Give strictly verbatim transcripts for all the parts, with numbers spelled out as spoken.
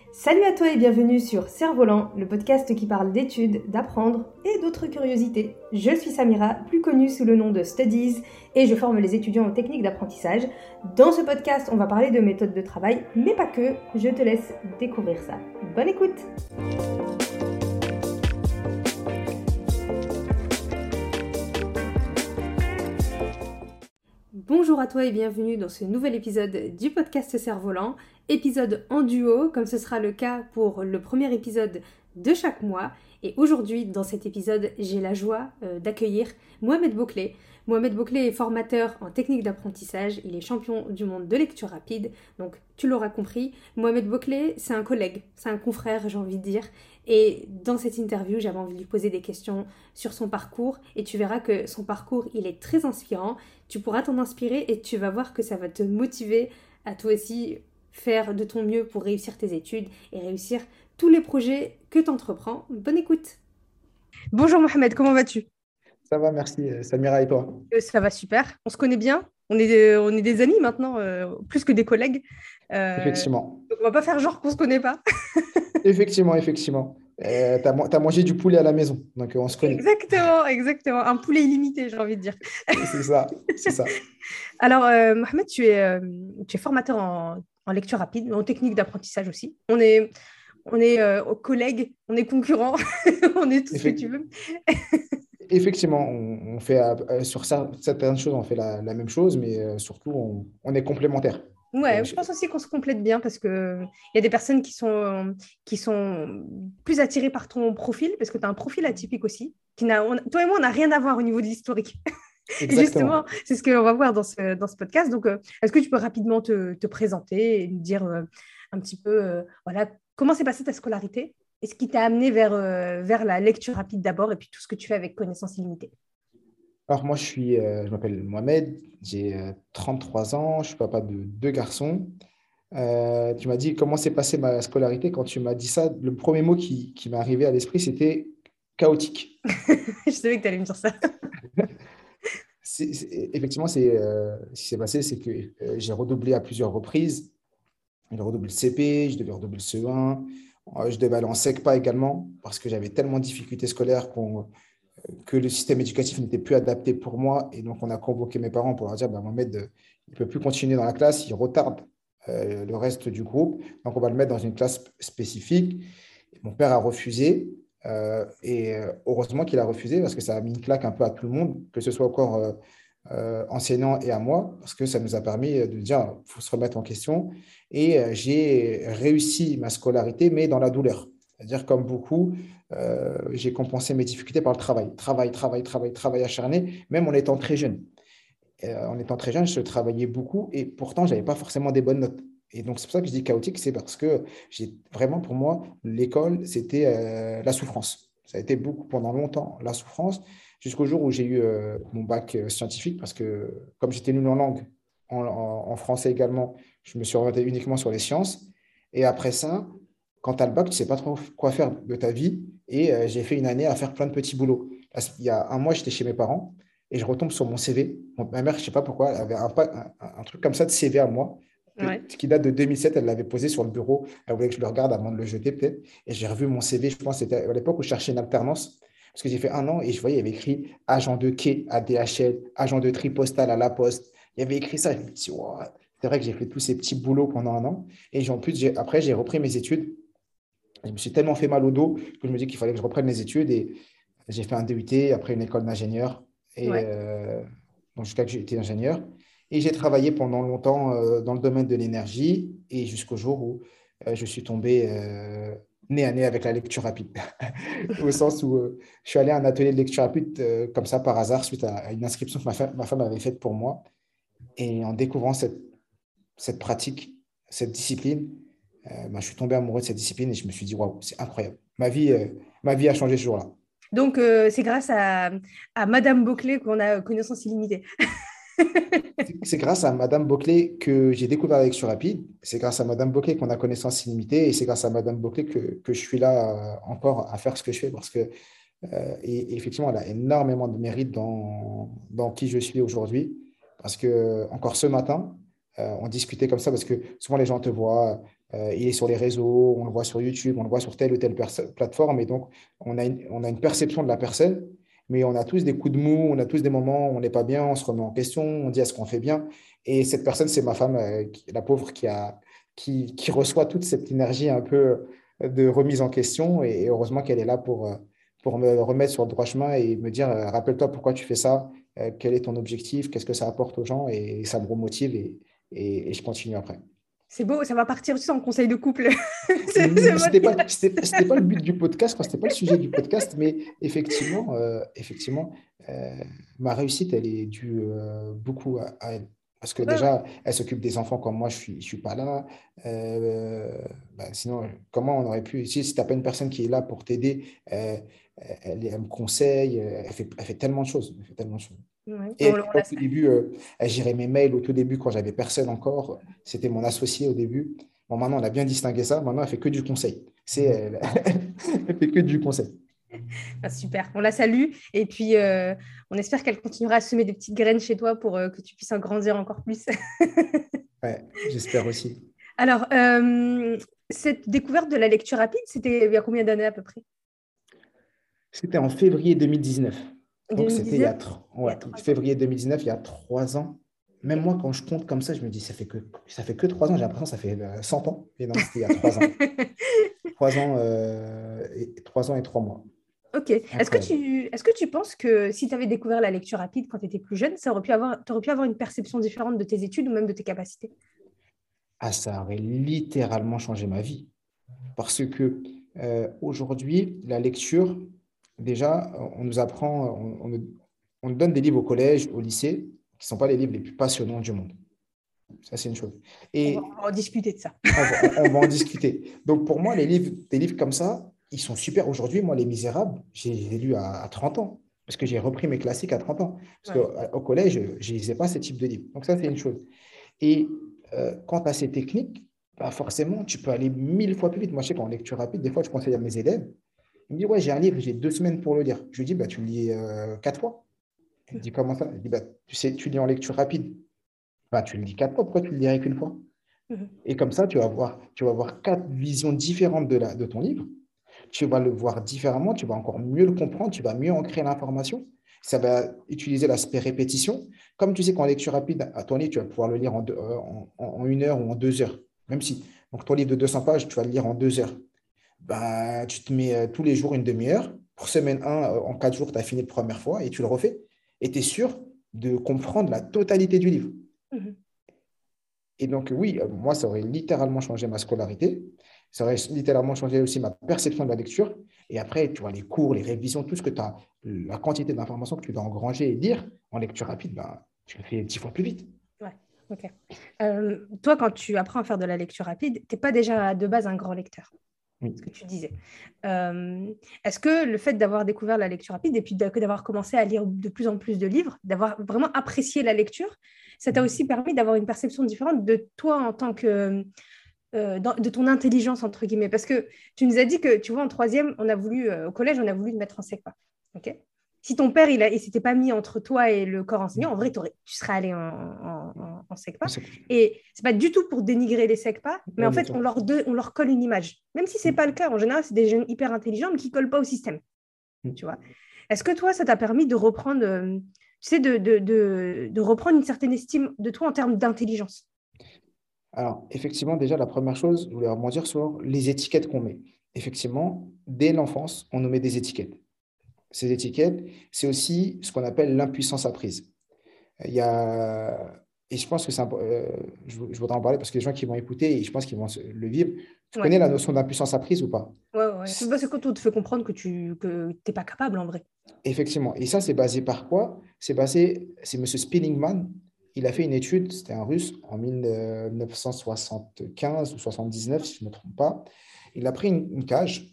Salut à toi et bienvenue sur Cerf-Volant, le podcast qui parle d'études, d'apprendre et d'autres curiosités. Je suis Samira, plus connue sous le nom de Studies, et je forme les étudiants aux techniques d'apprentissage. Dans ce podcast, on va parler de méthodes de travail, mais pas que. Je te laisse découvrir ça. Bonne écoute! Bonjour à toi et bienvenue dans ce nouvel épisode du podcast Cerf-Volant, épisode en duo comme ce sera le cas pour le premier épisode de chaque mois. Et aujourd'hui dans cet épisode j'ai la joie euh, d'accueillir Mohamed Bouclé. Mohamed Bouclé est formateur en technique d'apprentissage, il est champion du monde de lecture rapide, donc tu l'auras compris, Mohamed Bouclé c'est un collègue, c'est un confrère j'ai envie de dire. Et dans cette interview, j'avais envie de lui poser des questions sur son parcours et tu verras que son parcours, il est très inspirant. Tu pourras t'en inspirer et tu vas voir que ça va te motiver à toi aussi faire de ton mieux pour réussir tes études et réussir tous les projets que tu entreprends. Bonne écoute. Bonjour Mohamed, comment vas-tu? Ça va, merci. Samira et toi? Euh, ça va super. On se connaît bien. On est, on est des amis maintenant, euh, plus que des collègues. Euh, Effectivement. donc on va pas faire genre qu'on se connaît pas. Effectivement, effectivement. Euh, tu as mangé du poulet à la maison, donc euh, on se connaît. Exactement, exactement. Un poulet illimité, j'ai envie de dire. C'est ça, c'est ça. Alors, euh, Mohamed, tu es, euh, tu es formateur en, en lecture rapide, en technique d'apprentissage aussi. On est, on est euh, collègues, on est concurrents, on est tout ce que Effect- tu veux. Effectivement, on, on fait euh, sur cer- certaines choses, on fait la, la même chose, mais euh, surtout, on, on est complémentaires. Euh, Ouais, je je- pense aussi qu'on se complète bien parce que il y a des personnes qui sont, qui sont plus attirées par ton profil, parce que tu as un profil atypique aussi. Qui n'a, on- toi et moi, on n'a rien à voir au niveau de l'historique. Et justement, Exactement. c'est ce que l'on va voir dans ce, dans ce podcast. Donc, euh, est-ce que tu peux rapidement te, te présenter et nous dire euh, un petit peu euh, voilà, comment s'est passée ta scolarité et ce qui t'a amené vers, euh, vers la lecture rapide d'abord et puis tout ce que tu fais avec connaissance illimitée. Alors moi, je suis, euh, je m'appelle Mohamed, j'ai euh, trente-trois ans, je suis papa de deux garçons. Euh, tu m'as dit comment s'est passée ma scolarité. Quand tu m'as dit ça, le premier mot qui, qui m'est arrivé à l'esprit, c'était chaotique. Je savais que tu allais me dire ça. C'est- c'est- effectivement, c'est, euh, ce qui s'est passé, c'est que euh, j'ai redoublé à plusieurs reprises. J'ai redoublé le C P, je devais redoubler le C E un, euh, je devais aller en SECPA également, parce que j'avais tellement de difficultés scolaires qu'on- que le système éducatif n'était plus adapté pour moi. Et donc, on a convoqué mes parents pour leur dire, bah, Mohamed, euh, il ne peut plus continuer dans la classe, il retarde euh, le reste du groupe. Donc, on va le mettre dans une classe spécifique. Et mon père a refusé. Euh, et euh, heureusement qu'il a refusé parce que ça a mis une claque un peu à tout le monde, que ce soit encore euh, euh, enseignant et à moi, parce que ça nous a permis de dire il faut se remettre en question. Et euh, j'ai réussi ma scolarité, mais dans la douleur. C'est-à-dire, comme beaucoup, euh, j'ai compensé mes difficultés par le travail. Travail, travail, travail, travail acharné, même en étant très jeune. Euh, en étant très jeune, je travaillais beaucoup et pourtant, je n'avais pas forcément des bonnes notes. Et donc, c'est pour ça que je dis chaotique, c'est parce que j'ai vraiment, pour moi, l'école, c'était euh, la souffrance. Ça a été beaucoup, pendant longtemps, la souffrance, jusqu'au jour où j'ai eu euh, mon bac euh, scientifique, parce que comme j'étais nul en langue, en, en- en français également, je me suis orienté uniquement sur les sciences. Et après ça, quand tu as le bac, tu ne sais pas trop quoi faire de ta vie. Et euh, j'ai fait une année à faire plein de petits boulots. Parce qu'il y a un mois, j'étais chez mes parents et je retombe sur mon C V. Mon- ma mère, je ne sais pas pourquoi, elle avait un, pa- un- un truc comme ça de C V à moi, que- Ouais. qui date de deux mille sept. Elle l'avait posé sur le bureau. Elle voulait que je le regarde avant de le jeter, peut-être. Et j'ai revu mon C V, je pense que c'était à l'époque où je cherchais une alternance. Parce que j'ai fait un an et je voyais, il y avait écrit agent de quai à D H L, agent de tri postal à La Poste. Il y avait écrit ça. Je me suis dit, wow, c'est vrai que j'ai fait tous ces petits boulots pendant un an. Et en plus, j'ai- après, j'ai repris mes études. Je me suis tellement fait mal au dos que je me dis qu'il fallait que je reprenne les études. Et j'ai fait un D U T, après une école d'ingénieur. Et Ouais. euh, donc jusqu'à que j'ai été ingénieur. Et j'ai travaillé pendant longtemps euh, dans le domaine de l'énergie et jusqu'au jour où euh, je suis tombé euh, nez à nez avec la lecture rapide. Au sens où euh, je suis allé à un atelier de lecture rapide euh, comme ça par hasard suite à, à une inscription que ma, fa- ma femme avait faite pour moi. Et en découvrant cette, cette pratique, cette discipline, euh, bah, je suis tombé amoureux de cette discipline et je me suis dit, waouh, c'est incroyable. Ma vie, euh, ma vie a changé ce jour-là. Donc, euh, c'est grâce à, à Madame Bouclé qu'on a connaissance illimitée. C'est c'est grâce à Madame Boclé que j'ai découvert la lecture rapide. C'est grâce à Madame Boclé qu'on a connaissance illimitée. Et c'est grâce à Madame Boclé que, que je suis là euh, encore à faire ce que je fais. Parce que, euh, et, et effectivement, elle a énormément de mérite dans, dans qui je suis aujourd'hui. Parce que, encore ce matin, euh, on discutait comme ça. Parce que souvent, les gens te voient. euh, il est sur les réseaux, on le voit sur YouTube, on le voit sur telle ou telle perso- plateforme. Et donc, on a une, on a une perception de la personne, mais on a tous des coups de mou, on a tous des moments où on n'est pas bien, on se remet en question, on dit est-ce qu'on fait bien. Et cette personne, c'est ma femme, euh, qui- la pauvre, qui, a, qui, qui reçoit toute cette énergie un peu de remise en question. Et, et heureusement qu'elle est là pour, euh, pour me remettre sur le droit chemin et me dire, euh, rappelle-toi pourquoi tu fais ça, euh, quel est ton objectif, qu'est-ce que ça apporte aux gens. Et ça me remotive et, et, et je continue après. C'est beau, ça va partir aussi en conseil de couple. C'est Mais c'est c'était pas, motivation. c'était, c'était pas le but du podcast, quoi, c'était pas le sujet du podcast, mais effectivement, euh, effectivement, euh, ma réussite, elle est due euh, beaucoup à, à elle. Parce que Ouais, ouais. déjà, elle s'occupe des enfants comme moi, je suis, je suis pas là. Euh, bah, sinon, comment on aurait pu, si, si tu n'as pas une personne qui est là pour t'aider, euh, elle, elle me conseille, euh, elle fait, elle fait tellement de choses, elle fait tellement de choses. Ouais. Et On, elle on était là la au tout début, euh, elle gérait mes mails au tout début quand j'avais personne encore. C'était mon associé au début. Bon, maintenant, on a bien distingué ça. Maintenant, elle fait que du conseil. C'est, elle, elle fait que du conseil. Ah, super, on la salue et puis euh, on espère qu'elle continuera à semer des petites graines chez toi pour euh, que tu puisses en grandir encore plus. Ouais, j'espère aussi. Alors, euh, cette découverte de la lecture rapide, c'était il y a combien d'années à peu près? C'était en février deux mille dix-neuf. Donc, c'était il y a, deux mille dix-neuf, tr- il y a ouais, trois ans. février deux mille dix-neuf, il y a trois ans. Même Ok. moi, quand je compte comme ça, je me dis, ça fait que, ça fait que trois ans. J'ai l'impression que ça fait euh, cent ans. Et non, c'était il y a trois ans. Trois ans, euh, et, trois ans et trois mois. Ok. Est-ce que Incroyable. tu, est-ce que tu penses que si tu avais découvert la lecture rapide quand tu étais plus jeune, ça aurait pu avoir, tu aurais pu avoir une perception différente de tes études ou même de tes capacités? Ah, ça aurait littéralement changé ma vie. Parce que euh, aujourd'hui, la lecture, déjà, on nous apprend, on, on nous on nous donne des livres au collège, au lycée, qui ne sont pas les livres les plus passionnants du monde. Ça, c'est une chose. On va, Et on va en discuter de ça. on va, on- on va en discuter. Donc, pour moi, les livres, des livres comme ça, ils sont super. Aujourd'hui, moi, Les Misérables, j'ai j'ai lu à, à trente ans, parce que j'ai repris mes classiques à trente ans. Parce Ouais. qu'au collège, je ne lisais pas ce type de livre. Donc, ça, c'est une chose. Et euh, quant à ces techniques, bah forcément, tu peux aller mille fois plus vite. Moi, je sais qu'en lecture rapide, des fois, je conseille à mes élèves. Ils me disent, ouais, j'ai un livre, j'ai deux semaines pour le lire. Je lui dis, bah, tu le lis euh, quatre fois. Il me dit, comment ça? Il dit, bah, tu sais, tu lis en lecture rapide. Bah, tu le lis quatre fois, pourquoi tu le lirais qu'une fois? Mhm. Et comme ça, tu vas voir, tu vas voir quatre visions différentes de, la, de ton livre. Tu vas le voir différemment, tu vas encore mieux le comprendre, tu vas mieux ancrer l'information. Ça va utiliser l'aspect répétition. Comme tu sais qu'en lecture rapide, à ton livre, tu vas pouvoir le lire en, deux- euh, en, en une heure ou en deux heures. Même si, donc ton livre de deux cents pages, tu vas le lire en deux heures. Bah, tu te mets euh, tous les jours une demi-heure. Pour semaine un, euh, en quatre jours, tu as fini la première fois et tu le refais. Et tu es sûr de comprendre la totalité du livre. Mhm. Et donc, oui, euh, moi, ça aurait littéralement changé ma scolarité. Ça aurait littéralement changé aussi ma perception de la lecture. Et après, tu vois, les cours, les révisions, tout ce que tu as, la quantité d'informations que tu dois engranger et lire en lecture rapide, ben, tu le fais dix fois plus vite. Ouais, ok. Euh, toi, quand tu apprends à faire de la lecture rapide, tu n'es pas déjà de base un grand lecteur, ce que Oui. tu disais. Euh, Est-ce que le fait d'avoir découvert la lecture rapide et puis d'a- que d'avoir commencé à lire de plus en plus de livres, d'avoir vraiment apprécié la lecture, ça t'a aussi permis d'avoir une perception différente de toi en tant que... euh, dans- de ton intelligence, entre guillemets. Parce que tu nous as dit que, tu vois, en troisième, on a voulu, euh, au collège, on a voulu te mettre en SECPA. Ok. Si ton père, il ne s'était pas mis entre toi et le corps enseignant, en vrai, t'aurais- tu serais allé en, en, en, en SECPA. C'est- Et c'est pas du tout pour dénigrer les SECPA, mais Ouais, en bien fait, sûr. on leur, de- on leur colle une image. Même si c'est pas le cas, en général, c'est des jeunes hyper intelligents, mais qui collent pas au système. Tu vois. Est-ce que toi, ça t'a permis de reprendre, euh, tu sais, de, de, de, de reprendre une certaine estime de toi en termes d'intelligence? Alors, effectivement, déjà, la première chose, je voulais rebondir sur les étiquettes qu'on met. Effectivement, dès l'enfance, on nous met des étiquettes. Ces étiquettes, c'est aussi ce qu'on appelle l'impuissance apprise. Il y a, et je pense que c'est impo- euh, je, je voudrais en parler parce que les gens qui vont écouter, et je pense qu'ils vont se- le vivre. Tu Ouais. connais la notion d'impuissance apprise ou pas? Ouais, ouais. Ouais. C'est- Bah, c'est quand on te fait comprendre que tu que t'es pas capable en vrai. Effectivement. Et ça, c'est basé par quoi? C'est basé, c'est M. Spillingman. Il a fait une étude, c'était un Russe, en mille neuf cent soixante-quinze ou soixante-dix-neuf, si je ne me trompe pas. Il a pris une, une cage,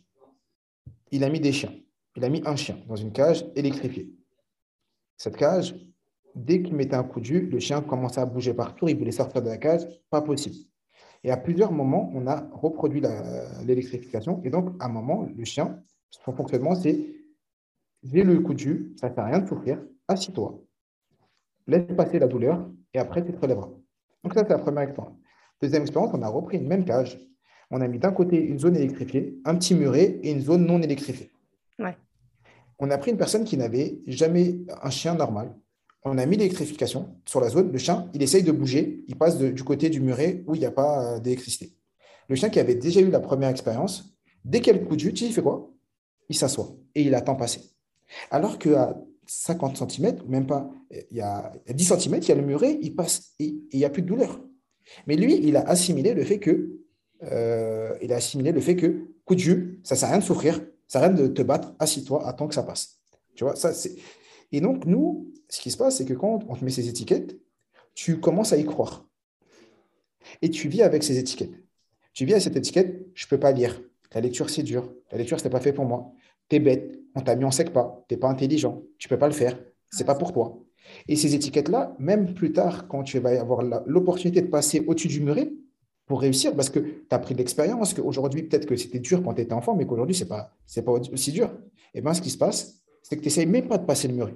il a mis des chiens. Il a mis un chien dans une cage électrifiée. Cette cage, dès qu'il mettait un coup de jus, le chien commençait à bouger partout, il voulait sortir de la cage, pas possible. Et à plusieurs moments, on a reproduit la- l'électrification. Et donc, à un moment, le chien, son fonctionnement, c'est j'ai le coup de jus, ça ne fait rien de souffrir, assis-toi, laisse passer la douleur et après, tu te relèveras. Donc, ça, c'est la première expérience. Deuxième expérience, on a repris une même cage. On a mis d'un côté une zone électrifiée, un petit muret et une zone non électrifiée. Ouais. On a pris une personne qui n'avait jamais un chien normal. On a mis l'électrification sur la zone. Le chien, il essaye de bouger. Il passe de- du côté du muret où il n'y a pas euh, d'électricité. Le chien qui avait déjà eu la première expérience, dès qu'il y a le coup de jus, tu sais, il fait quoi? Il s'assoit et il attend passer. Alors qu'à cinquante centimètres, ou même pas, il y a dix centimètres, il y a le muret, il passe et et il n'y a plus de douleur. Mais lui, il a assimilé le fait que, euh, il a assimilé le fait que coup de jus, ça ne sert à rien de souffrir, ça sert à rien de te battre, assis-toi, attends que ça passe. Tu vois, ça, c'est... Et donc, nous, ce qui se passe, c'est que quand on te met ces étiquettes, tu commences à y croire. Et tu vis avec ces étiquettes. Tu vis avec cette étiquette, je ne peux pas lire. La lecture, c'est dur. La lecture, ce n'est pas fait pour moi. Tu es bête. On t'a mis en sec pas. Tu n'es pas intelligent. Tu ne peux pas le faire. Ce n'est Ouais, pas c'est- pour toi. Et ces étiquettes-là, même plus tard, quand tu vas avoir la- l'opportunité de passer au-dessus du muret pour réussir, parce que tu as pris de l'expérience, qu'aujourd'hui, peut-être que c'était dur quand tu étais enfant, mais qu'aujourd'hui, ce n'est pas, c'est pas aussi dur. Et bien, ce qui se passe, c'est que tu n'essayes même pas de passer le muret.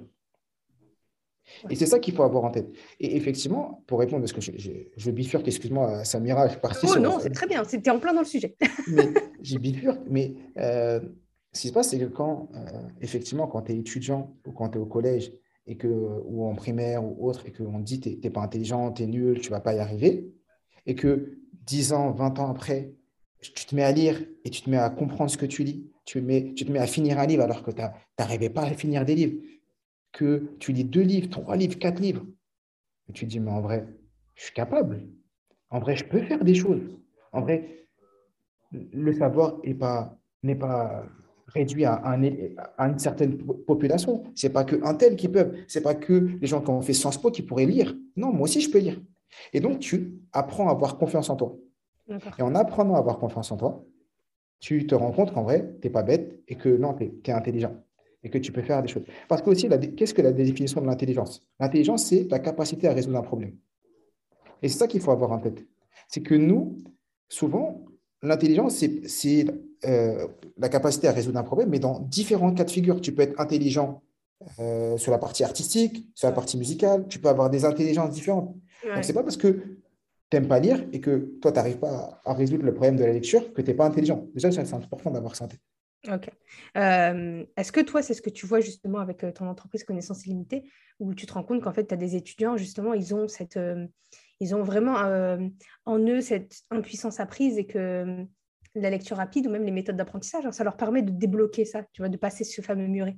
ouais. Et c'est ça qu'il faut avoir en tête. Et effectivement, pour répondre, parce que je, je, je bifurque, excuse-moi, Samira, je suis parti Oh sur, non, c'est très bien, c'était en plein dans le sujet. mais j'ai bifurque, mais euh, ce qui se passe, c'est que quand, euh, effectivement, quand tu es étudiant ou quand tu es au collège et que, ou en primaire ou autre, et qu'on te dit tu n'es pas intelligent, tu es nul, tu ne vas pas y arriver, et que dix ans, vingt ans après, tu te mets à lire et tu te mets à comprendre ce que tu lis, tu, mets, tu te mets à finir un livre alors que tu n'arrivais pas à finir des livres, que tu lis deux livres, trois livres, quatre livres, et tu te dis, mais en vrai, je suis capable. En vrai, je peux faire des choses. En vrai, le savoir n'est pas, n'est pas réduit à, un- à une certaine population. Ce n'est pas qu'un tel qui peut. Ce n'est pas que les gens qui ont fait Sciences Po qui pourraient lire. Non, moi aussi, je peux lire. Et donc, tu apprends à avoir confiance en toi. D'accord. Et en apprenant à avoir confiance en toi, tu te rends compte qu'en vrai, tu n'es pas bête et que non, tu es, intelligent et que tu peux faire des choses. Parce que aussi, la, qu'est-ce que la définition de l'intelligence? L'intelligence, c'est la capacité à résoudre un problème. Et c'est ça qu'il faut avoir en tête. C'est que nous, souvent, l'intelligence, c'est c'est, euh, la capacité à résoudre un problème, mais dans différents cas de figure. Tu peux être intelligent euh, sur la partie artistique, sur la Ouais. partie musicale, tu peux avoir des intelligences différentes. Donc, ce Ouais. n'est pas parce que tu n'aimes pas lire et que toi, tu n'arrives pas à, à résoudre le problème de la lecture que tu n'es pas intelligent. Déjà, c'est important d'avoir ça en tête. Ok. Euh, est-ce que toi, c'est ce que tu vois justement avec euh, ton entreprise Connaissances Illimitées, où tu te rends compte qu'en fait, tu as des étudiants, justement, ils ont cette, euh, ils ont vraiment euh, en eux cette impuissance apprise et que euh, la lecture rapide ou même les méthodes d'apprentissage, hein, ça leur permet de débloquer ça, tu vois, de passer ce fameux muret.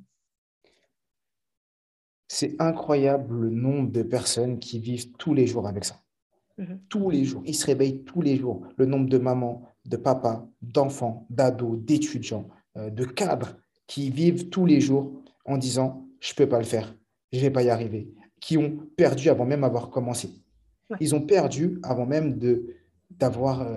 C'est incroyable le nombre de personnes qui vivent tous les jours avec ça. Mhm. Tous les jours. Ils se réveillent tous les jours. Le nombre de mamans, de papas, d'enfants, d'ados, d'étudiants, euh, de cadres qui vivent tous les jours en disant, je ne peux pas le faire, je ne vais pas y arriver, qui ont perdu avant même d'avoir commencé. Ouais. Ils ont perdu avant même de, d'avoir euh,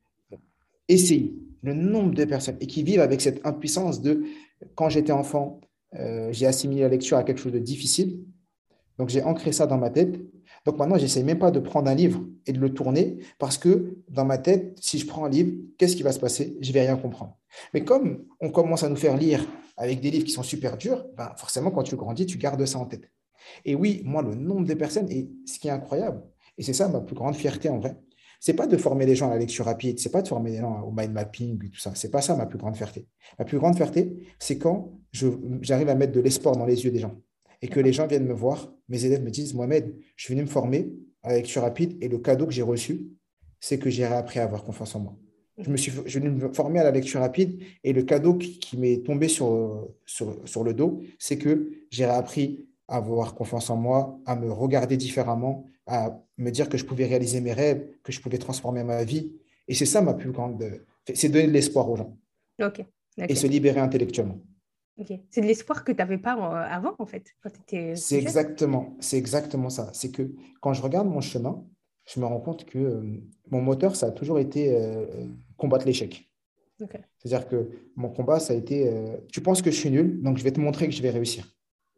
essayé. Le nombre de personnes et qui vivent avec cette impuissance de, quand j'étais enfant, euh, j'ai assimilé la lecture à quelque chose de difficile. Donc, j'ai ancré ça dans ma tête. Donc, maintenant, j'essaie même pas de prendre un livre et de le tourner parce que dans ma tête, si je prends un livre, qu'est-ce qui va se passer? Je vais rien comprendre. Mais comme on commence à nous faire lire avec des livres qui sont super durs, ben forcément, quand tu grandis, tu gardes ça en tête. Et oui, moi, le nombre de personnes, et ce qui est incroyable, et c'est ça ma plus grande fierté en vrai, c'est pas de former les gens à la lecture rapide, c'est pas de former les gens au mind mapping et tout ça. C'est pas ça ma plus grande fierté. Ma plus grande fierté, c'est quand je, j'arrive à mettre de l'espoir dans les yeux des gens et que les D'accord. gens viennent me voir, mes élèves me disent, Mohamed, je suis venu me former à la lecture rapide et le cadeau que j'ai reçu, c'est que j'ai appris à avoir confiance en moi. Je me Mhm. suis, je suis venu me former à la lecture rapide et le cadeau qui, qui m'est tombé sur, sur, sur le dos, c'est que j'ai appris à avoir confiance en moi, à me regarder différemment, à me dire que je pouvais réaliser mes rêves, que je pouvais transformer ma vie. Et c'est ça ma plus grande... C'est donner de l'espoir aux gens Ok. et Ok. se libérer intellectuellement. Ok. C'est de l'espoir que tu n'avais pas euh, avant, en fait, quand tu étais C'est plus jeune. exactement, c'est exactement ça. C'est que quand je regarde mon chemin, je me rends compte que euh, mon moteur, ça a toujours été euh, euh, combattre l'échec. Ok. C'est-à-dire que mon combat, ça a été, euh, tu penses que je suis nul, donc je vais te montrer que je vais réussir.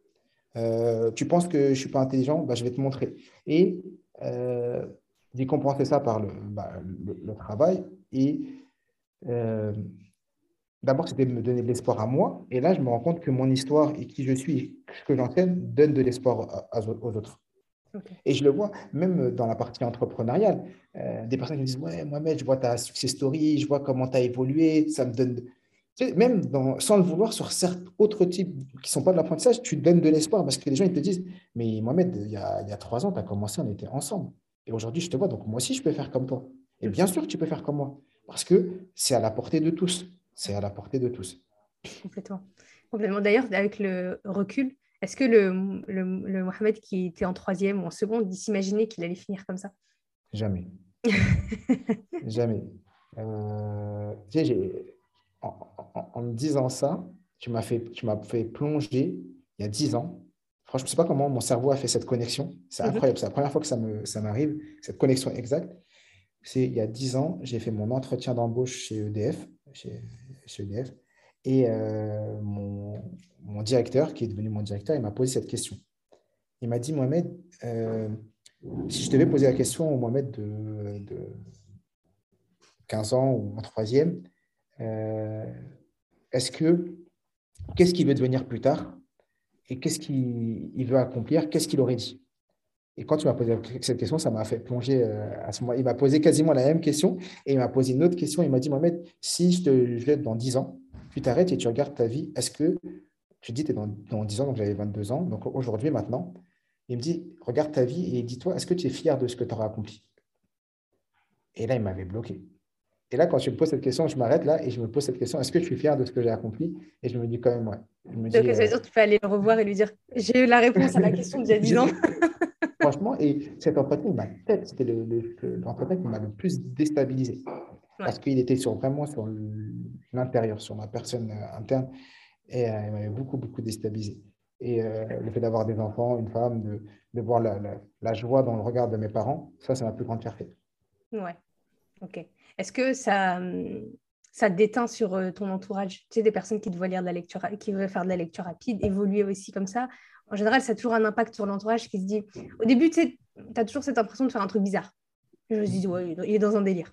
Euh, tu penses que je ne suis pas intelligent, bah, je vais te montrer. Et euh, j'ai compensé ça par le, bah, le, le travail. Et euh, d'abord, c'était de me donner de l'espoir à moi. Et là, je me rends compte que mon histoire et qui je suis, ce que j'enseigne, donne de l'espoir à- à- aux autres. Ok. Et je le vois même dans la partie entrepreneuriale. Euh, des personnes qui me disent, ouais, Mohamed, je vois ta success story, je vois comment tu as évolué, ça me donne… Tu sais, même dans, sans le vouloir, sur certains autres types qui ne sont pas de l'apprentissage, tu te donnes de l'espoir parce que les gens, ils te disent, mais Mohamed, il y a, il y a trois ans, tu as commencé, on était ensemble. Et aujourd'hui, je te vois, donc moi aussi, je peux faire comme toi. Et Mm. bien sûr que tu peux faire comme moi parce que c'est à la portée de tous. C'est à la portée de tous. Complètement. Complètement. D'ailleurs, avec le recul, est-ce que le, le, le Mohamed qui était en troisième ou en seconde, il s'imaginait qu'il allait finir comme ça? Jamais. Jamais. Euh, tu sais, j'ai- en, en- en me disant ça, tu m'as fait, tu m'as fait plonger il y a dix ans. Franchement, je ne sais pas comment mon cerveau a fait cette connexion. C'est Mhm. incroyable. C'est la première fois que ça me, ça m'arrive, cette connexion exacte. C'est il y a dix ans, j'ai fait mon entretien d'embauche chez E D F, chez, chez E D F, et euh, mon, mon directeur, qui est devenu mon directeur, il m'a posé cette question. Il m'a dit, Mohamed, euh, si je devais poser la question au Mohamed de, de quinze ans ou en troisième, euh, est-ce que, qu'est-ce qu'il veut devenir plus tard et qu'est-ce qu'il il veut accomplir, qu'est-ce qu'il aurait dit? Et quand tu m'as posé cette question, ça m'a fait plonger euh, à ce moment. Il m'a posé quasiment la même question et il m'a posé une autre question. Il m'a dit, Mohamed, si je te jette dans dix ans, tu t'arrêtes et tu regardes ta vie, est-ce que, je te dis, tu es dans, dans dix ans, donc j'avais vingt-deux ans, donc aujourd'hui, maintenant, il me dit, regarde ta vie et dis-toi, est-ce que tu es fier de ce que tu auras accompli? Et là, il m'avait bloqué. Et là, quand tu me poses cette question, je m'arrête là et je me pose cette question, est-ce que je suis fier de ce que j'ai accompli? Et je me dis quand même, ouais. Je me Donc, dis, ça veut euh, dire que tu peux aller le revoir et lui dire, j'ai eu la réponse à la question d'il y a dix ans. j'ai- franchement, et cet entretien, il m'a peut-être, c'était le, le- le- l'entretien qui m'a le plus déstabilisé Ouais, parce qu'il était sur, vraiment sur le- l'intérieur, sur ma personne euh, interne et euh, il m'avait beaucoup, beaucoup déstabilisé. Et euh, le fait d'avoir des enfants, une femme, de, de voir la, la- la joie dans le regard de mes parents, ça, c'est ma plus grande fierté. ouais, ok. Est-ce que ça, hum, ça te déteint sur euh, ton entourage? Tu sais, des personnes qui te voient lire de la lecture, ra- qui veulent faire de la lecture rapide, évoluer aussi comme ça. En général, ça a toujours un impact sur l'entourage qui se dit, au début, tu sais, as toujours cette impression de faire un truc bizarre. Je me dis, ouais, il est dans un délire.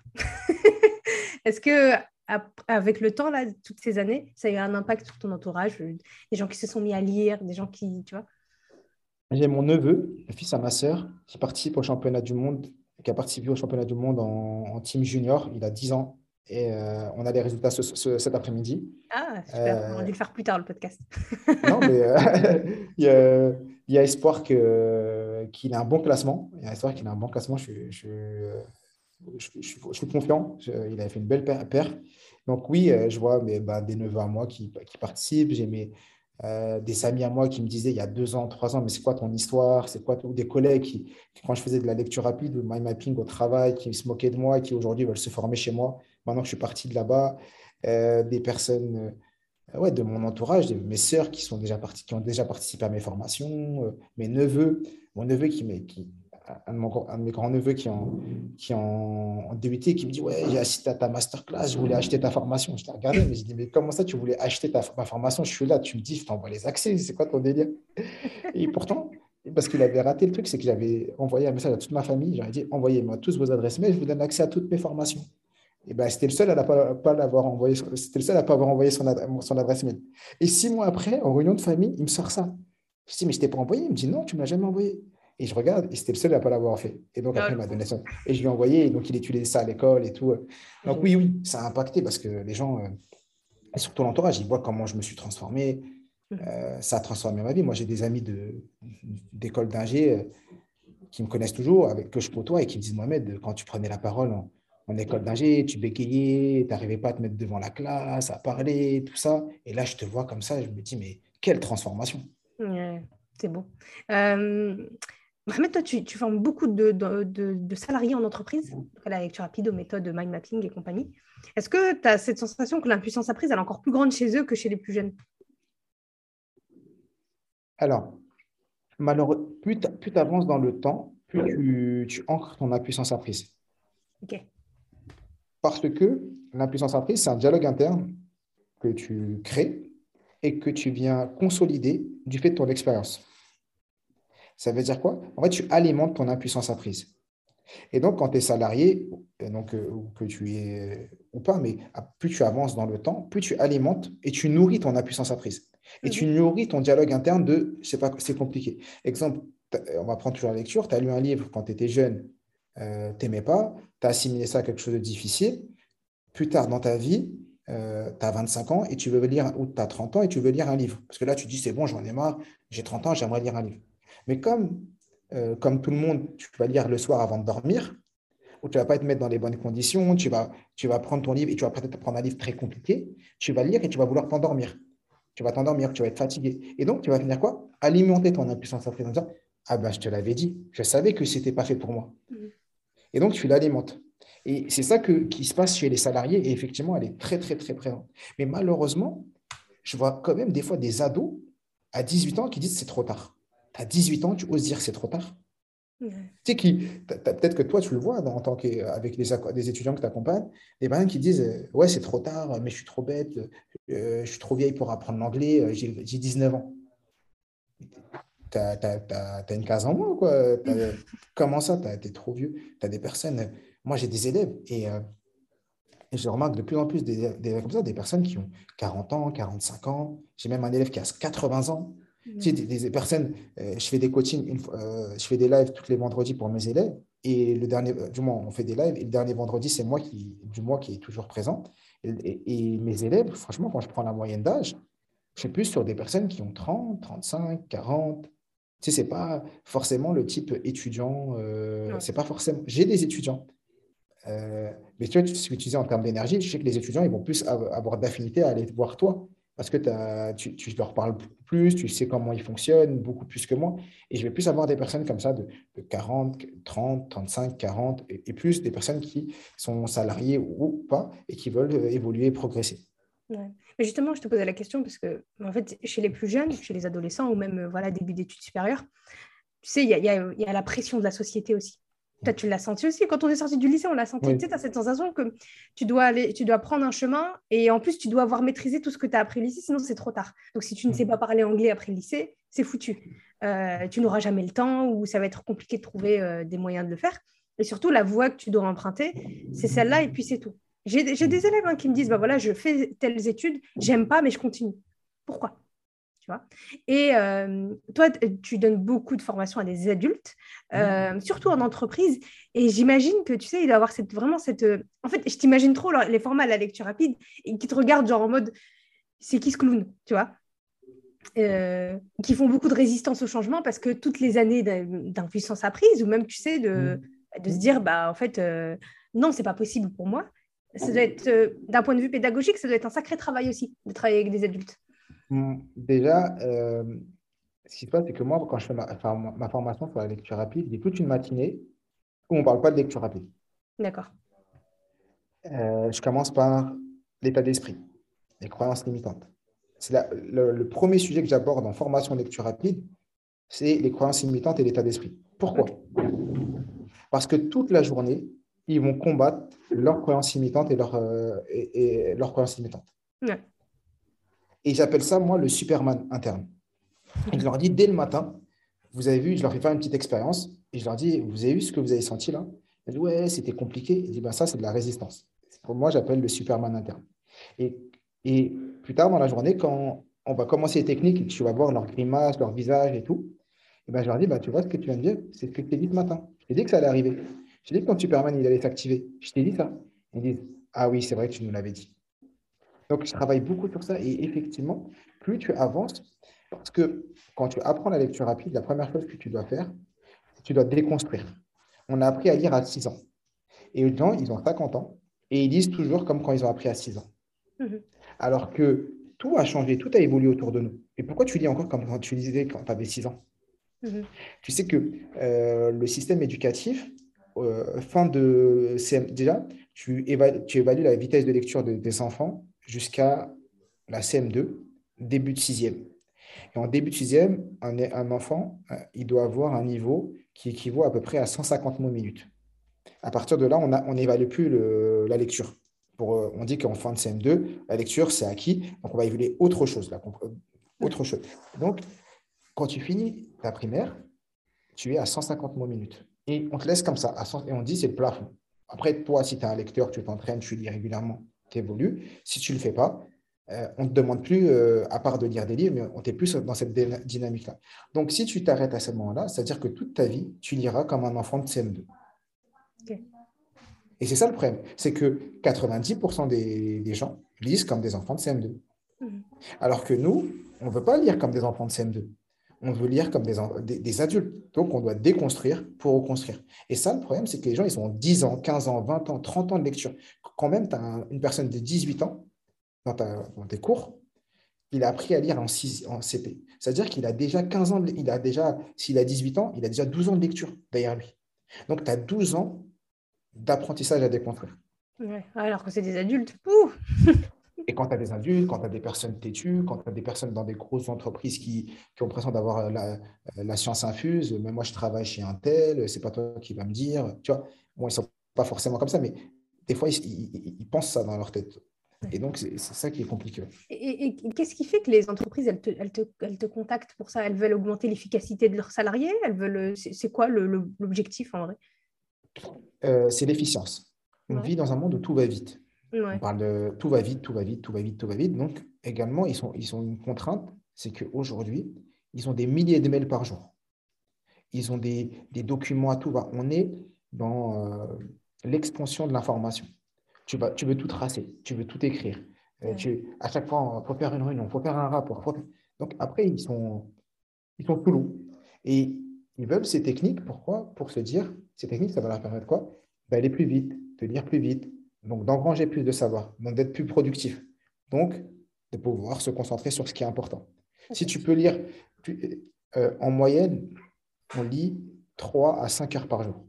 Est-ce que ap- avec le temps, là, toutes ces années, ça a eu un impact sur ton entourage? euh, Des gens qui se sont mis à lire, des gens qui, tu vois? J'ai mon neveu, le fils à ma sœur, qui participe au championnat du monde, qui a participé au championnat du monde en, en team junior. Il a dix ans et euh, on a les résultats ce- ce- cet après-midi. Ah, super. On aurait Euh, dû le faire plus tard, le podcast. non, mais euh, il y a, il y a espoir que, qu'il ait un bon classement. Il y a espoir qu'il ait un bon classement. Je, suis- je, suis, euh, je, je suis je suis confiant. Je- il avait fait une belle per- perf. Donc oui, euh, je vois mais, bah, des neveux à moi qui, qui participent. J'ai mes, euh, des amis à moi qui me disaient il y a deux ans, trois ans, mais c'est quoi ton histoire? C'est quoi ton… Ou des collègues qui, qui, quand je faisais de la lecture rapide ou de mind mapping au travail, qui se moquaient de moi et qui aujourd'hui veulent se former chez moi, maintenant que je suis parti de là-bas. Euh, des personnes euh, ouais, de mon entourage, de mes sœurs qui, sont déjà parti, qui ont déjà participé à mes formations, euh, mes neveux, mon neveu qui, m'est- qui un de, mon grand- un de mes grands-neveux qui en, qui en, en D U T, qui me dit, ouais, j'ai assisté à ta masterclass, je voulais acheter ta formation. Je t'ai regardé, mais je dis, mais comment ça, tu voulais acheter ta, ma formation? Je suis là, tu me dis, je t'envoie les accès, c'est quoi ton délire? Et pourtant, parce qu'il avait raté le truc, c'est que j'avais envoyé un message à toute ma famille, j'aurais dit, envoyez-moi tous vos adresses mail, je vous donne accès à toutes mes formations. Et ben, c'était le seul à ne pas, pas l'avoir envoyé, c'était le seul à pas avoir envoyé son, ad- son adresse mail. Et six mois après, en réunion de famille, il me sort ça. Je dis, mais je t'ai pas envoyé. Il me dit, non, tu ne me l'as jamais envoyé. Et je regarde, et c'était le seul à ne pas l'avoir fait. Et donc, Ah, après, il le m'a donné pauvre. ça. Et je lui ai envoyé, et donc il étudiait ça à l'école et tout. Donc, oui, Génial. oui, ça a impacté parce que les gens, euh, et surtout l'entourage, ils voient comment je me suis transformé. Mhm. Euh, ça a transformé ma vie. Moi, j'ai des amis de, d'école d'ingé euh, qui me connaissent toujours, avec que je côtoie et qui me disent, Mohamed, quand tu prenais la parole en, en école d'ingé, tu bégayais, tu n'arrivais pas à te mettre devant la classe, à parler, tout ça. Et là, je te vois comme ça, et je me dis, mais quelle transformation. Ouais, c'est beau. Euh, Mohamed, toi, tu, tu formes beaucoup de, de, de- de salariés en entreprise, donc à la lecture rapide, aux méthodes de mind mapping et compagnie. Est-ce que tu as cette sensation que l'impuissance apprise elle est encore plus grande chez eux que chez les plus jeunes? Alors, malheureusement, plus tu avances dans le temps, plus tu, tu ancres ton impuissance apprise. Ok. Parce que l'impuissance apprise, c'est un dialogue interne que tu crées et que tu viens consolider du fait de ton expérience. Ça veut dire quoi? En fait, tu alimentes ton impuissance apprise. Et donc, quand tu es salarié, et donc, euh, ou que tu es ou pas, mais à- plus tu avances dans le temps, plus tu alimentes et tu nourris ton impuissance apprise. Et tu Mhm. nourris ton dialogue interne de c'est pas, c'est compliqué. Exemple, on va prendre toujours la lecture, tu as lu un livre quand tu étais jeune, euh, tu n'aimais pas, tu as assimilé ça à quelque chose de difficile. Plus tard dans ta vie, euh, tu as vingt-cinq ans et tu veux lire, ou tu as trente ans et tu veux lire un livre. Parce que là, tu te dis, c'est bon, j'en ai marre, j'ai trente ans, j'aimerais lire un livre. Mais comme, euh, comme tout le monde, tu vas lire le soir avant de dormir, ou tu ne vas pas te mettre dans les bonnes conditions, tu vas, tu vas prendre ton livre et tu vas peut-être prendre un livre très compliqué, tu vas le lire et tu vas vouloir t'endormir. Tu vas t'endormir, tu vas être fatigué. Et donc, tu vas finir quoi? Alimenter ton impuissance à en disant, ah ben, je te l'avais dit, je savais que ce n'était pas fait pour moi. Mhm. Et donc, tu l'alimentes. Et c'est ça que, qui se passe chez les salariés. Et effectivement, elle est très, très, très présente. Mais malheureusement, je vois quand même des fois des ados à dix-huit ans qui disent c'est trop tard. Tu as dix-huit ans, tu oses dire c'est trop tard. Ouais. Tu sais, qui, peut-être que toi, tu le vois dans, en tant qu'avec les, des étudiants que tu accompagnes, des personnes qui disent euh, ouais, c'est trop tard, mais je suis trop bête, euh, je suis trop vieille pour apprendre l'anglais, euh, j'ai j'ai dix-neuf ans. Tu as, une case en moins, quoi. T'as- comment ça, tu es trop vieux? Tu as des personnes. Moi, j'ai des élèves et, euh, et je remarque de plus en plus des, des, comme ça, des personnes qui ont quarante ans, quarante-cinq ans. J'ai même un élève qui a quatre-vingts ans. Tu sais, Ouais. des, des personnes, euh, je fais des coachings, une fois- euh, je fais des lives tous les vendredis pour mes élèves. Et le dernier, euh, du moins, on fait des lives. Et le dernier vendredi, c'est moi qui, du mois qui est toujours présent. Et, et- et mes élèves, franchement, quand je prends la moyenne d'âge, je suis plus sur des personnes qui ont trente, trente-cinq, quarante. Tu sais, c'est pas forcément le type étudiant. Euh, Ouais. c'est pas forcément. J'ai des étudiants. Euh, mais tu vois, ce que tu disais en termes d'énergie, je sais que les étudiants, ils vont plus av- avoir d'affinité à aller te voir toi. Parce que t'as- tu, tu leur parles beaucoup plus, tu sais comment ils fonctionnent, beaucoup plus que moi. Et je vais plus avoir des personnes comme ça de, de quarante, trente, trente-cinq, quarante, et, et plus des personnes qui sont salariées ou, ou pas et qui veulent euh, évoluer et progresser. Ouais. Mais justement, je te posais la question parce que, en fait, chez les plus jeunes, chez les adolescents ou même euh, voilà, début d'études supérieures, tu sais, il y a, il y a- il y a la pression de la société aussi. Toi, tu l'as senti aussi. Quand on est sorti du lycée, on l'a senti. Tu sais, Oui. tu as cette sensation que tu dois aller, tu dois prendre un chemin et en plus, tu dois avoir maîtrisé tout ce que tu as appris au lycée, sinon c'est trop tard. Donc, si tu ne sais pas parler anglais après le lycée, c'est foutu. Euh, tu n'auras jamais le temps ou ça va être compliqué de trouver euh, des moyens de le faire. Et surtout, la voie que tu dois emprunter, c'est celle-là et puis c'est tout. J'ai j'ai des élèves hein, qui me disent, bah voilà, je fais telles études, j'aime pas, mais je continue. Pourquoi? Tu vois. Et euh, toi, tu donnes beaucoup de formations à des adultes, euh, surtout en entreprise. Et j'imagine que, tu sais, il doit avoir cette, vraiment cette... euh, En fait, je t'imagine trop leur- les formats à la lecture rapide et qui te regardent genre en mode, c'est qui ce clown, tu vois, euh, qui font beaucoup de résistance au changement parce que toutes les années d'im- d'impuissance apprise, ou même, tu sais, de, de se dire, bah, en fait, euh, non, c'est pas possible pour moi. Ça doit être, euh, d'un point de vue pédagogique, ça doit être un sacré travail aussi de travailler avec des adultes. Mm, Déjà, euh, ce qui se passe, c'est que moi, quand je fais ma, enfin, ma ma formation sur la lecture rapide, il y a toute une matinée où on ne parle pas de lecture rapide. D'accord. Euh, je commence par l'état d'esprit, les croyances limitantes. C'est la- le, le premier sujet que j'aborde en formation lecture rapide, c'est les croyances limitantes et l'état d'esprit. Ok. Pourquoi? Parce que toute la journée, ils vont combattre leurs croyances limitantes et, leurs euh, et, et leurs croyances limitantes. Ouais. Et j'appelle ça, moi, le Superman interne. Et je leur dis, dès le matin, vous avez vu, je leur fais faire une petite expérience, et je leur dis, vous avez vu ce que vous avez senti là? Ils disent, ouais, c'était compliqué. Je dis, ben, ça, c'est de la résistance. Pour moi, j'appelle le Superman interne. Et, et plus tard dans la journée, quand on va commencer les techniques, et que tu vas voir leur grimace, leur visage et tout, et ben, je leur dis, bah, tu vois ce que tu viens de dire, c'est ce que je t'ai dit ce matin. Je t'ai dit que ça allait arriver. Je t'ai dit que ton Superman, il allait s'activer. Je t'ai dit ça. Ils disent, ah oui, c'est vrai que tu nous l'avais dit. Donc, je travaille beaucoup sur ça. Et effectivement, plus tu avances, parce que quand tu apprends la lecture rapide, la première chose que tu dois faire, c'est que tu dois déconstruire. On a appris à lire à six ans. Et les gens, ils ont cinquante ans. Et ils lisent toujours comme quand ils ont appris à six ans. Mhm. Alors que tout a changé, tout a évolué autour de nous. Et pourquoi tu lis encore comme quand tu lisais quand tu avais six ans? Mhm. Tu sais que euh, le système éducatif, euh, fin de C M, déjà, tu évalues, tu évalues la vitesse de lecture de- des enfants jusqu'à la C M deux, début de sixième. Et en début de sixième, un, un enfant, euh, il doit avoir un niveau qui équivaut à peu près à cent cinquante mots minutes. À partir de là, on a- on n'évalue plus le- la lecture. Pour, euh, on dit qu'en fin de C M deux, la lecture, c'est acquis. Donc, on va évaluer autre chose. Là, compre- Ouais. autre chose. Donc, quand tu finis ta primaire, tu es à cent cinquante mots minutes. Et on te laisse comme ça. À cent et on dit c'est le plafond. Après, toi, si tu es un lecteur, tu t'entraînes, tu lis régulièrement, tu évolues. Si tu ne le fais pas, Euh, on ne te demande plus, euh, à part de lire des livres, mais on t'est plus dans cette dé- dynamique-là. Donc, si tu t'arrêtes à ce moment-là, c'est-à-dire que toute ta vie, tu liras comme un enfant de C M deux. Ok. Et c'est ça le problème, c'est que quatre-vingt-dix pour cent des, des gens lisent comme des enfants de C M deux. Mhm. Alors que nous, on ne veut pas lire comme des enfants de C M deux. On veut lire comme des, en- des, des adultes. Donc, on doit déconstruire pour reconstruire. Et ça, le problème, c'est que les gens, ils ont dix ans, quinze ans, vingt ans, trente ans de lecture. Quand même, tu as une personne de dix-huit ans dans, ta- dans tes cours, il a appris à lire en, six en C P. C'est-à-dire qu'il a déjà quinze ans, de- il a déjà, s'il a dix-huit ans, il a déjà douze ans de lecture derrière lui. Donc, tu as douze ans d'apprentissage à déconstruire. Ouais. Alors que c'est des adultes. Ouh. Et quand tu as des adultes, quand tu as des personnes têtues, quand tu as des personnes dans des grosses entreprises qui, qui ont l'impression d'avoir la, la science infuse, mais moi je travaille chez un tel, c'est pas toi qui vas me dire, tu vois, bon, ils sont pas forcément comme ça, mais des fois ils, ils- ils pensent ça dans leur tête. Et donc c'est c'est ça qui est compliqué. Et, et- et qu'est-ce qui fait que les entreprises, elles te, elles te, elles te contactent pour ça? Elles veulent augmenter l'efficacité de leurs salariés? Elles veulent, c'est c'est quoi le- le- l'objectif en vrai? Euh, c'est l'efficience. On Ouais. vit dans un monde où tout va vite. On Ouais. parle de tout va vite, tout va vite, tout va vite, tout va vite. Donc également, ils sont, ils sont une contrainte, c'est qu'aujourd'hui, ils ont des milliers de mails par jour. Ils ont des, des documents à tout va. On est dans euh, l'expansion de l'information. Tu vas, tu veux tout tracer, tu veux tout écrire. Euh, Ouais. tu, à chaque fois, il faut faire une réunion, il faut faire un rapport. faut faire- Donc après, ils sont, ils sont sous l'eau. Et ils veulent ces techniques. Pourquoi? Pour se dire, ces techniques, ça va leur permettre quoi? D'aller plus vite, de lire plus vite, donc d'engranger plus de savoir, donc d'être plus productif. Donc, de pouvoir se concentrer sur ce qui est important. Si Ok. tu peux lire, tu- euh, en moyenne, on lit trois à cinq heures par jour.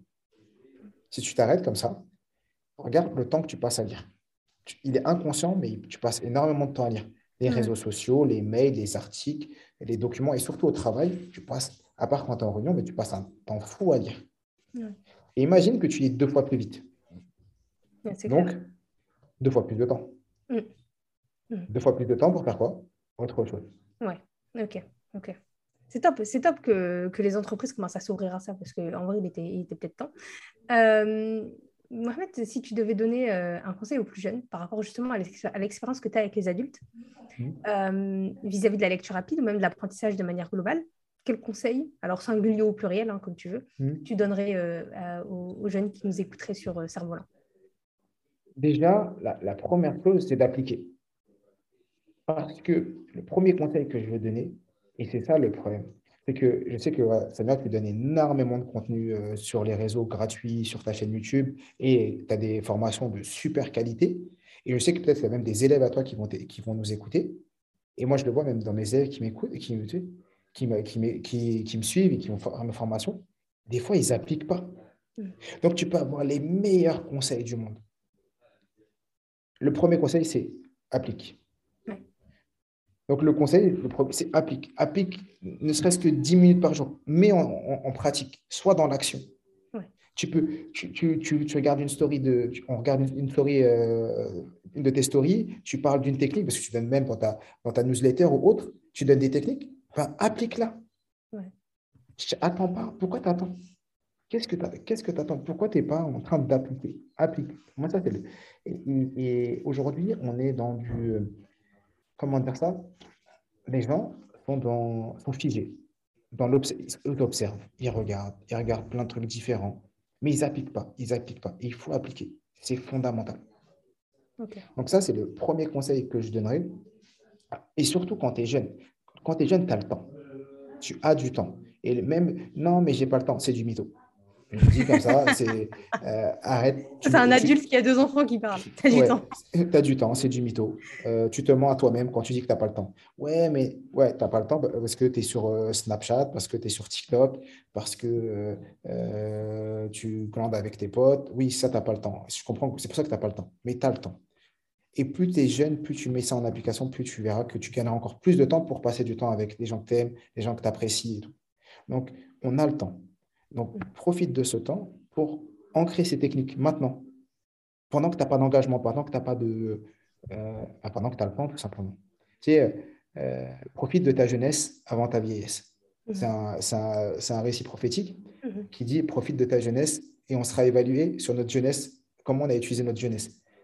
Si tu t'arrêtes comme ça, regarde le temps que tu passes à lire. Tu- Il est inconscient, mais tu passes énormément de temps à lire. Les Ouais. réseaux sociaux, les mails, les articles, les documents, et surtout au travail, tu passes, à part quand tu es en réunion, mais tu passes un temps fou à lire. Ouais. Et imagine que tu lis deux fois plus vite. Ouais, c'est Donc, clair. deux fois plus de temps. Mm. Mm. Deux fois plus de temps pour faire quoi? Autre chose. Ouais. Ok. Ok. C'est top, c'est top que, que les entreprises commencent à s'ouvrir à ça parce qu'en vrai, il était, il était peut-être temps. Euh, Mohamed, si tu devais donner euh, un conseil aux plus jeunes par rapport justement à l'ex- à l'expérience que tu as avec les adultes, Mhm. euh, vis-à-vis de la lecture rapide ou même de l'apprentissage de manière globale, quel conseil, alors singulier ou pluriel, hein, comme tu veux, Mhm. tu donnerais euh, à- aux, aux jeunes qui nous écouteraient sur euh, Cerf-Volant? Déjà, la, la première chose, c'est d'appliquer. Parce que le premier conseil que je veux donner, et c'est ça le problème, c'est que je sais que ouais, Samia, tu donnes énormément de contenu euh, sur les réseaux gratuits, sur ta chaîne YouTube, et tu as des formations de super qualité. Et je sais que peut-être qu'il y a même des élèves à toi qui vont, t- qui vont nous écouter. Et moi, je le vois même dans mes élèves qui m'écoutent, et qui, me- tu sais, qui, me, qui, me, qui, qui me suivent et qui vont faire mes formations. Des fois, ils n'appliquent pas. Mm. Donc, tu peux avoir les meilleurs conseils du monde. Le premier conseil, c'est applique. Ouais. Donc, le conseil, le pro- c'est applique. Applique ne serait-ce que dix minutes par jour. Mets en, en- en pratique, soit dans l'action. Ouais. Tu peux, tu, tu, tu, tu regardes une story de, tu- on regarde une, une story, euh, une de tes stories, tu parles d'une technique, parce que tu donnes même dans ta, dans ta newsletter ou autre, tu donnes des techniques, enfin, applique-la. Ouais. Je- Attends pas. Pourquoi tu attends? Qu'est-ce que tu qu'est-ce que attends? Pourquoi tu n'es pas en train d'appliquer? Applique. Moi, ça, c'est le. Et, et- et aujourd'hui, on est dans du. euh, Comment dire ça? Les gens sont, dans, sont figés. Dans l'obs- ils observent, ils regardent, ils regardent plein de trucs différents, mais ils n'appliquent pas. Ils appliquent pas. Et il faut appliquer. C'est fondamental. Ok. Donc, ça, c'est le premier conseil que je donnerais. Et surtout quand tu es jeune. Quand tu es jeune, tu as le temps. Tu as du temps. Et même, non, mais j'ai pas le temps, c'est du mytho. Je le dis comme ça, c'est euh, arrête. Ça, c'est un Tu, adulte tu, qui a deux enfants qui parle. T'as du ouais, temps. tu as du temps, c'est du mytho. Euh, tu te mens à toi-même quand tu dis que tu n'as pas le temps. Ouais, mais ouais, tu n'as pas le temps parce que tu es sur euh, Snapchat, parce que tu es sur TikTok, parce que euh, euh, tu glandes avec tes potes. Oui, ça, tu n'as pas le temps. Je comprends que c'est pour ça que tu n'as pas le temps, mais tu as le temps. Et plus tu es jeune, plus tu mets ça en application, plus tu verras que tu gagneras encore plus de temps pour passer du temps avec les gens que tu aimes, les gens que tu apprécies et tout. Donc, on a le temps. Donc, profite de ce temps pour ancrer ces techniques maintenant, pendant que tu n'as pas d'engagement, pendant que tu n'as pas de. Euh, ah, pendant que tu as le temps, tout simplement. Tu sais, euh, profite de ta jeunesse avant ta vieillesse. C'est Mhm. un, c'est un, c'est un récit prophétique Mhm. qui dit profite de ta jeunesse et on sera évalué sur notre jeunesse, comment on a utilisé notre jeunesse.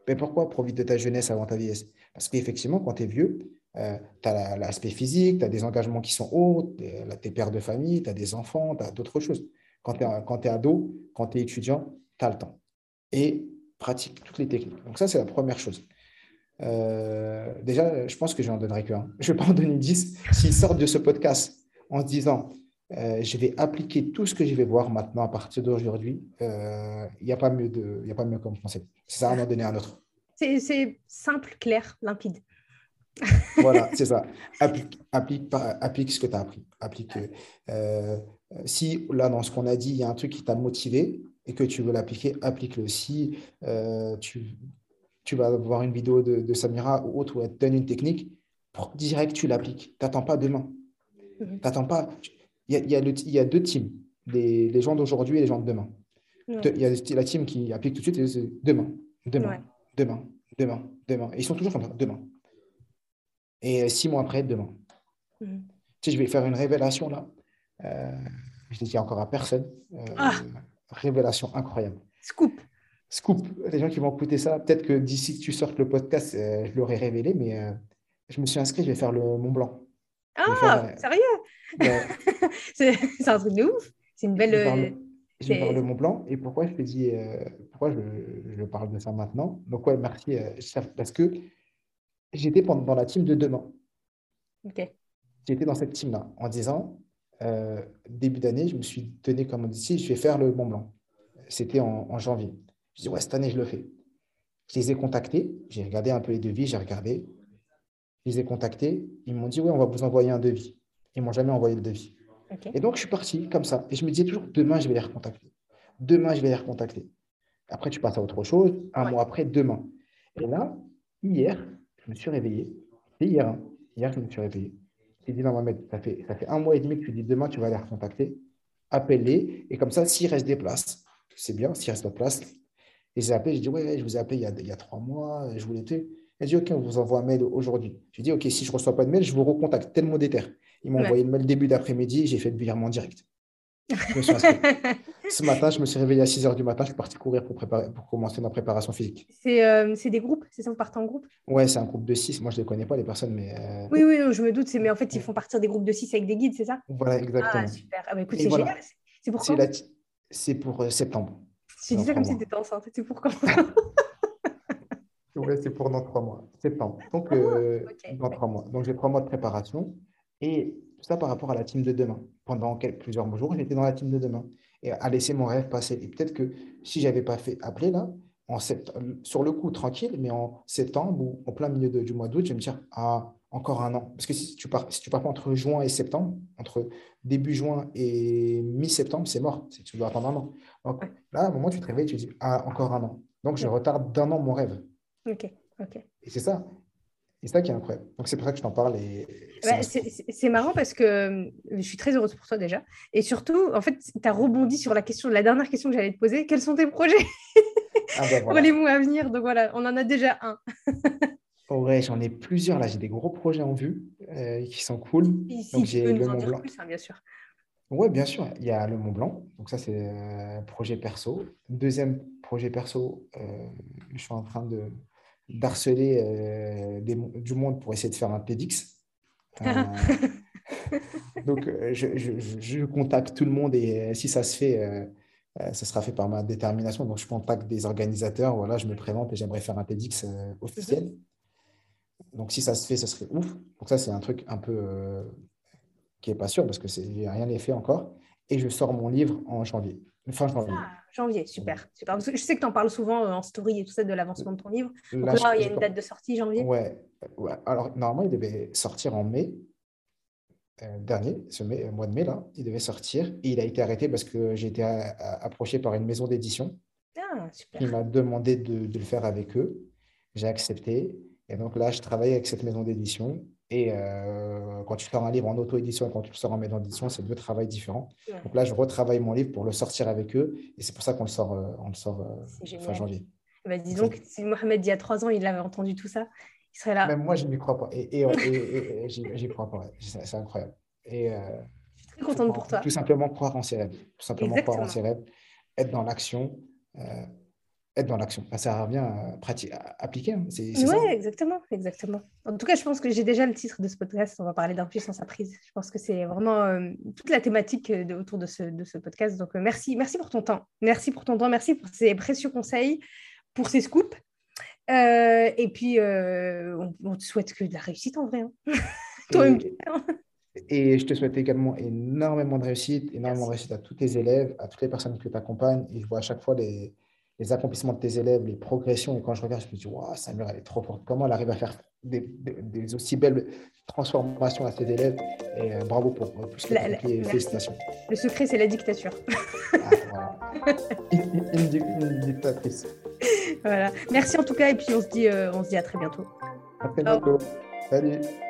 Mais pourquoi profite de ta jeunesse avant ta vieillesse? Parce qu'effectivement, quand tu es vieux, tu as l'aspect physique, tu as des engagements qui sont hauts, tu es père de famille, tu as des enfants, tu as d'autres choses. Quand tu es, quand tu es ado, quand tu es étudiant, tu as le temps. Et pratique toutes les techniques. Donc ça, c'est la première chose. Euh, déjà, je pense que je n'en donnerai qu'un. Je ne vais pas en donner dix. S'ils sortent de ce podcast en se disant, euh, je vais appliquer tout ce que je vais voir maintenant à partir d'aujourd'hui, euh, il n'y a pas mieux de, il y a pas mieux comme concept. Ça sert à rien d'en donner un autre. C'est, c'est simple, clair, limpide. Voilà, c'est ça. Applique, applique, pas- applique ce que tu as appris. Applique. euh, Si là, dans ce qu'on a dit, il y a un truc qui t'a motivé et que tu veux l'appliquer, applique-le. Si euh, tu, tu vas voir une vidéo de, de Samira ou autre où elle te donne une technique, direct, tu l'appliques. Tu n'attends pas demain. Mhm. T'attends pas. Il y a, il y a le- il y a deux teams, les, les gens d'aujourd'hui et les gens de demain. Ouais. De- Il y a la team qui applique tout de suite et c'est demain, Ouais. demain, demain, demain, demain. Et ils sont toujours comme ça, demain. Et euh, six mois après, demain. Mhm. Tu sais, je vais faire une révélation là. Euh, je ne l'ai dit encore à personne. Ah, Euh, révélation incroyable. scoop. Scoop, les gens qui vont écouter ça, peut-être que d'ici que tu sortes le podcast, euh, je l'aurai révélé, mais euh, je me suis inscrit, je vais faire le Mont Blanc. Je vais faire, Ah, euh, sérieux? ouais, C'est c'est un truc de ouf. C'est une je belle. vais faire euh, le, je vais faire le C'est... Mont Blanc. Et pourquoi je te dis, euh, pourquoi je, je parle de ça maintenant? Donc, ouais, merci. euh, ça- parce que j'étais pendant- dans la team de demain. Ok. J'étais dans cette team-là en disant, euh, début d'année, je me suis donné comme ici, je vais faire le Mont Blanc. C'était en, en janvier. Je dis, ouais, cette année, je le fais. Je les ai contactés, j'ai regardé un peu les devis, j'ai regardé. Je les ai contactés, ils m'ont dit, ouais, on va vous envoyer un devis. Ils m'ont jamais envoyé le devis. Ok. Et donc, je suis parti comme ça. Et je me disais toujours, demain, je vais les recontacter. Demain, je vais les recontacter. Après, tu passes à autre chose. Un Ouais. mois après, demain. Et là, hier, je me suis réveillé. C'est hier. Hein. Hier, je me suis réveillé. J'ai dit, non, Mohamed, ça fait, ça fait un mois et demi que tu dis demain, tu vas les recontacter. Appelle-les. Et comme ça, s'il reste des places, c'est bien, s'il reste des places. Et j'ai appelé, j'ai dit, ouais, ouais, je vous ai appelé il y a, il y a trois mois, je voulais te. Elle dit, OK, on vous envoie un mail aujourd'hui. J'ai dit, OK, si je ne reçois pas de mail, je vous recontacte. Tel mot d'éther. Ils m'ont Ouais. envoyé le mail début d'après-midi, j'ai fait le virement direct. Je me suis inscrit. Ce matin, je me suis réveillé à six heures du matin, je suis parti courir pour, préparer, pour commencer ma préparation physique. C'est euh, c'est des groupes, c'est ça, vous partez en groupe? Ouais, c'est un groupe de six. Moi, je ne les connais pas, les personnes, mais euh, Oui, oui, je me doute, c'est- mais en fait, ils font partir des groupes de six avec des guides, c'est ça? voilà, Ah, exactement. super. Ah, bah écoute, Et c'est génial. voilà, C'est c'est pour c'est quand? la... c'est pour euh, septembre. Tu C'est dis dans ça trois comme si tu mois. étais enceinte. C'est pour quand? Ouais, c'est pour dans trois mois, septembre. Donc, Trois mois. euh, Ok. dans trois mois. Donc, j'ai trois mois de préparation. Et tout ça par rapport à la team de demain. Pendant quelques, plusieurs jours, j'étais dans la team de demain. Et à laisser mon rêve passer. Et peut-être que si je n'avais pas fait appeler là, en sept- sur le coup, tranquille, mais en septembre ou en plein milieu de- du mois d'août, je vais me dire, ah, encore un an. Parce que si tu pars, si tu pars pas entre juin et septembre, entre début juin et mi-septembre, c'est mort. C'est- Tu dois attendre un an. Donc Ouais. là, à un moment, tu te réveilles, tu te dis, ah, encore un an. Donc, je retarde d'un an mon rêve. Ok. Ok. Et c'est ça. Et c'est ça qui est incroyable. Donc, c'est pour ça que je t'en parle et c'est Bah, inspirant. c'est c'est- c'est marrant parce que euh, je suis très heureuse pour toi déjà. Et surtout, en fait, tu as rebondi sur la question, la dernière question que j'allais te poser. Quels sont tes projets Ah ben pour les voilà. mois à venir? Donc voilà, on en a déjà un. Oh ouais, j'en ai plusieurs là. J'ai des gros projets en vue euh, qui sont cool. Si, Donc, si tu peux j'ai le nous en Mont dire Blanc. plus, hein, bien sûr. Ouais, bien sûr. Il y a le Mont Blanc. Donc, ça, c'est euh, projet perso. Deuxième projet perso, euh, je suis en train de d'harceler euh, des mo- du monde pour essayer de faire un TEDx. Euh, donc, euh, je, je- je- je contacte tout le monde et euh, si ça se fait, euh, euh, ça sera fait par ma détermination. Donc, je contacte des organisateurs. Voilà, je me présente et j'aimerais faire un TEDx euh, Mhm. officiel. Donc, si ça se fait, ça serait ouf. Donc, ça, c'est un truc un peu euh, qui n'est pas sûr parce que c'est, rien n'est fait encore. Et je sors mon livre en janvier, fin janvier. Ah, janvier, super, super. Parce que je sais que tu en parles souvent euh, en story et tout ça de l'avancement de ton livre. Donc Là, je, là, il y a je- une date de sortie, janvier. ouais, ouais. Alors, normalement, il devait sortir en mai euh, dernier, ce mai- euh, mois de mai, là. Il devait sortir et il a été arrêté parce que j'ai été a- a- approché par une maison d'édition Ah, qui super. m'a demandé de, de le faire avec eux. J'ai accepté. Et donc là, je travaille avec cette maison d'édition. Et euh, quand tu sors un livre en auto-édition et quand tu le sors en maison d'édition, c'est deux travails différents. Donc Ouais, là, je retravaille mon livre pour le sortir avec eux. Et c'est pour ça qu'on le sort, euh, on le sort euh, c'est fin génial. janvier. Bah, dis Donc ça, donc, si Mohamed, il y a trois ans, il avait entendu tout ça, il serait là. même moi, je n'y crois pas. Et, et, et, et- et j'y j'y crois pas. Ouais. C'est c'est incroyable. Et euh, Je suis très faut contente croire pour en- tout toi. simplement croire en ses rêves. Tout simplement croire en Exactement. ses rêves, être dans l'action. euh, être dans l'action. Ça sert à rien à, pratiquer, à appliquer. Hein. C'est, c'est Ouais, ça. exactement, exactement. En tout cas, je pense que j'ai déjà le titre de ce podcast. On va parler d'impuissance apprise. Je pense que c'est vraiment euh, toute la thématique de, autour de ce, de ce podcast. Donc, euh, merci, merci pour ton temps. Merci pour ton temps. Merci pour ces précieux conseils, pour ces scoops. Euh, et puis, euh, on, on te souhaite que de la réussite en vrai. Hein. Toi-même. Et, et je te souhaite également énormément de réussite, énormément de Merci. réussite à tous tes élèves, à toutes les personnes que tu accompagnes. Et je vois à chaque fois les, les accomplissements de tes élèves, les progressions. Et quand je regarde, je me dis, waouh, Samir, elle est trop forte. Comment elle arrive à faire des, des, des aussi belles transformations à ses élèves. Et euh, bravo pour euh, tout ce que tu as La, la, accompli. Et merci. félicitations. Le secret, c'est la dictature. Ah, voilà. Une, une, une dictatrice. Voilà. Merci en tout cas. Et puis, on se dit, euh, on se dit à très bientôt. À très Ciao. bientôt. Salut.